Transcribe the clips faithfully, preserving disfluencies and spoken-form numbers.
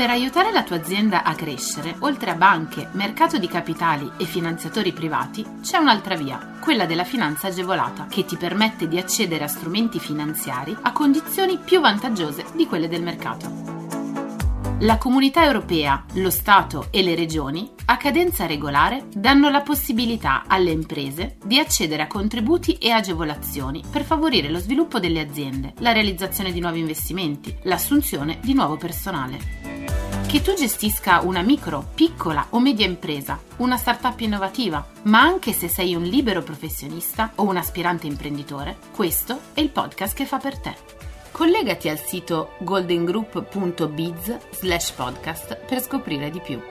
Per aiutare la tua azienda a crescere, oltre a banche, mercato di capitali e finanziatori privati, c'è un'altra via, quella della finanza agevolata, che ti permette di accedere a strumenti finanziari a condizioni più vantaggiose di quelle del mercato. La Comunità Europea, lo Stato e le Regioni, a cadenza regolare, danno la possibilità alle imprese di accedere a contributi e agevolazioni per favorire lo sviluppo delle aziende, la realizzazione di nuovi investimenti, l'assunzione di nuovo personale. Che tu gestisca una micro, piccola o media impresa, una startup innovativa, ma anche se sei un libero professionista o un aspirante imprenditore, questo è il podcast che fa per te. Collegati al sito goldengroup punto biz slash podcast per scoprire di più.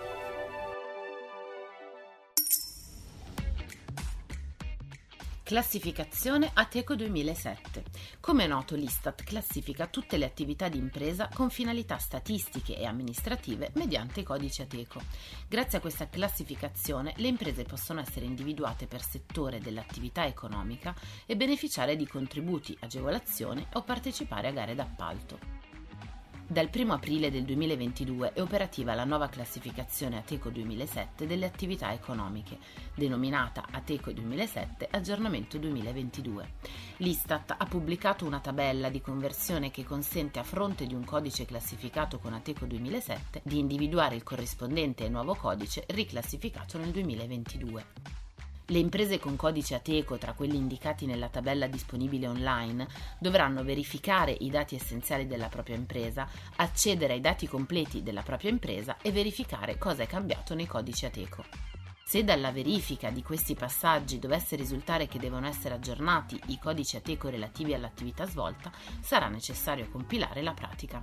Classificazione Ateco duemilasette. Come è noto, l'Istat classifica tutte le attività di impresa con finalità statistiche e amministrative mediante i codici Ateco. Grazie a questa classificazione, le imprese possono essere individuate per settore dell'attività economica e beneficiare di contributi, agevolazioni o partecipare a gare d'appalto. Dal primo aprile del duemilaventidue è operativa la nuova classificazione Ateco duemilasette delle attività economiche, denominata Ateco duemilasette Aggiornamento duemilaventidue. L'Istat ha pubblicato una tabella di conversione che consente, a fronte di un codice classificato con Ateco duemilasette, di individuare il corrispondente ai nuovo codice riclassificato nel duemilaventidue. Le imprese con codice Ateco, tra quelli indicati nella tabella disponibile online, dovranno verificare i dati essenziali della propria impresa, accedere ai dati completi della propria impresa e verificare cosa è cambiato nei codici Ateco. Se dalla verifica di questi passaggi dovesse risultare che devono essere aggiornati i codici Ateco relativi all'attività svolta, sarà necessario compilare la pratica.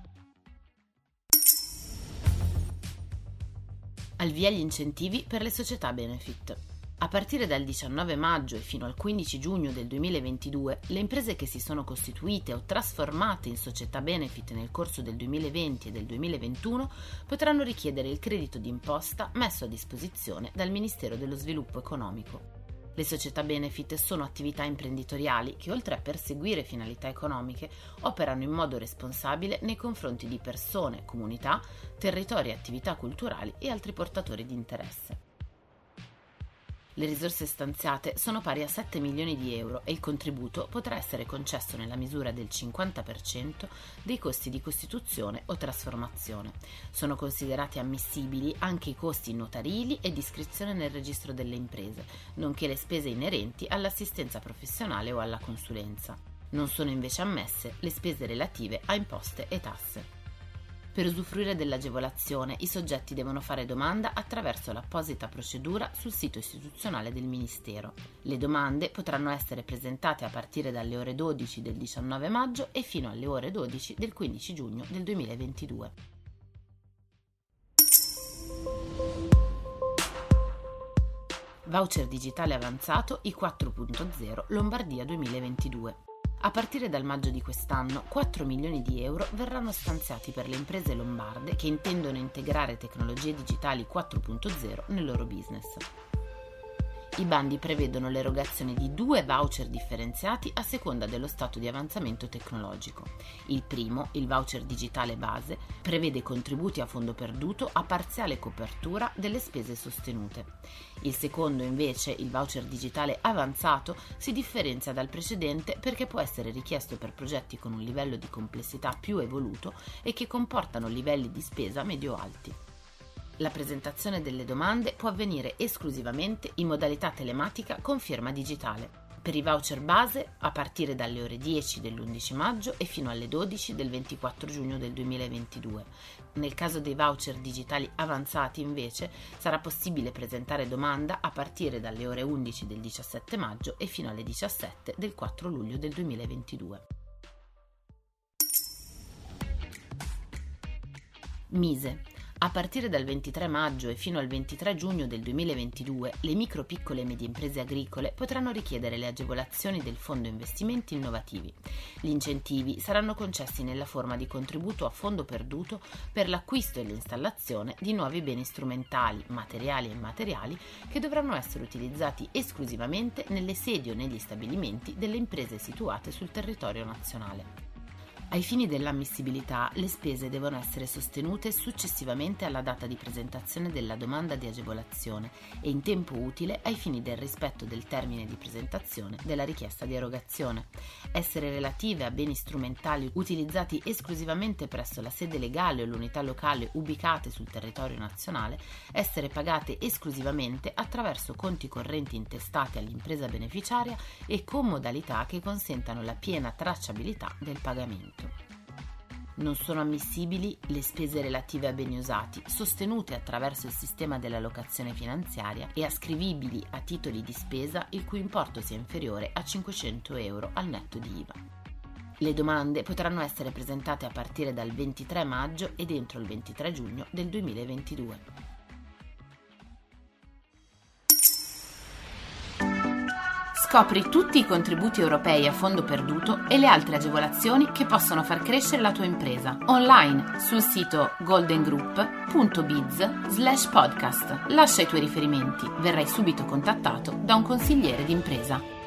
Al via gli incentivi per le società benefit. A partire dal diciannove maggio e fino al quindici giugno del duemilaventidue, le imprese che si sono costituite o trasformate in società benefit nel corso del duemilaventi e del duemilaventuno potranno richiedere il credito d'imposta messo a disposizione dal Ministero dello Sviluppo Economico. Le società benefit sono attività imprenditoriali che, oltre a perseguire finalità economiche, operano in modo responsabile nei confronti di persone, comunità, territori e attività culturali e altri portatori di interesse. Le risorse stanziate sono pari a sette milioni di euro e il contributo potrà essere concesso nella misura del cinquanta per cento dei costi di costituzione o trasformazione. Sono considerati ammissibili anche i costi notarili e di iscrizione nel registro delle imprese, nonché le spese inerenti all'assistenza professionale o alla consulenza. Non sono invece ammesse le spese relative a imposte e tasse. Per usufruire dell'agevolazione, i soggetti devono fare domanda attraverso l'apposita procedura sul sito istituzionale del Ministero. Le domande potranno essere presentate a partire dalle ore dodici del diciannove maggio e fino alle ore dodici del quindici giugno del duemilaventidue. Voucher digitale avanzato I quattro punto zero Lombardia duemilaventidue. A partire dal maggio di quest'anno, quattro milioni di euro verranno stanziati per le imprese lombarde che intendono integrare tecnologie digitali quattro punto zero nel loro business. I bandi prevedono l'erogazione di due voucher differenziati a seconda dello stato di avanzamento tecnologico. Il primo, il voucher digitale base, prevede contributi a fondo perduto a parziale copertura delle spese sostenute. Il secondo, invece, il voucher digitale avanzato, si differenzia dal precedente perché può essere richiesto per progetti con un livello di complessità più evoluto e che comportano livelli di spesa medio-alti. La presentazione delle domande può avvenire esclusivamente in modalità telematica con firma digitale. Per i voucher base, a partire dalle ore dieci dell'undici maggio e fino alle dodici del ventiquattro giugno del duemilaventidue. Nel caso dei voucher digitali avanzati, invece, sarà possibile presentare domanda a partire dalle ore undici del diciassette maggio e fino alle diciassette del quattro luglio del duemilaventidue. Mise. A partire dal ventitré maggio e fino al ventitré giugno del duemilaventidue, le micro, piccole e medie imprese agricole potranno richiedere le agevolazioni del Fondo Investimenti Innovativi. Gli incentivi saranno concessi nella forma di contributo a fondo perduto per l'acquisto e l'installazione di nuovi beni strumentali, materiali e immateriali che dovranno essere utilizzati esclusivamente nelle sedi o negli stabilimenti delle imprese situate sul territorio nazionale. Ai fini dell'ammissibilità, le spese devono essere sostenute successivamente alla data di presentazione della domanda di agevolazione e in tempo utile ai fini del rispetto del termine di presentazione della richiesta di erogazione. Essere relative a beni strumentali utilizzati esclusivamente presso la sede legale o l'unità locale ubicate sul territorio nazionale, essere pagate esclusivamente attraverso conti correnti intestati all'impresa beneficiaria e con modalità che consentano la piena tracciabilità del pagamento. Non sono ammissibili le spese relative a beni usati, sostenute attraverso il sistema della locazione finanziaria e ascrivibili a titoli di spesa il cui importo sia inferiore a cinquecento euro al netto di I V A. Le domande potranno essere presentate a partire dal ventitré maggio ed entro il ventitré giugno del duemilaventidue. Scopri tutti i contributi europei a fondo perduto e le altre agevolazioni che possono far crescere la tua impresa online sul sito goldengroup punto biz slash podcast. Lascia i tuoi riferimenti, verrai subito contattato da un consigliere d'impresa.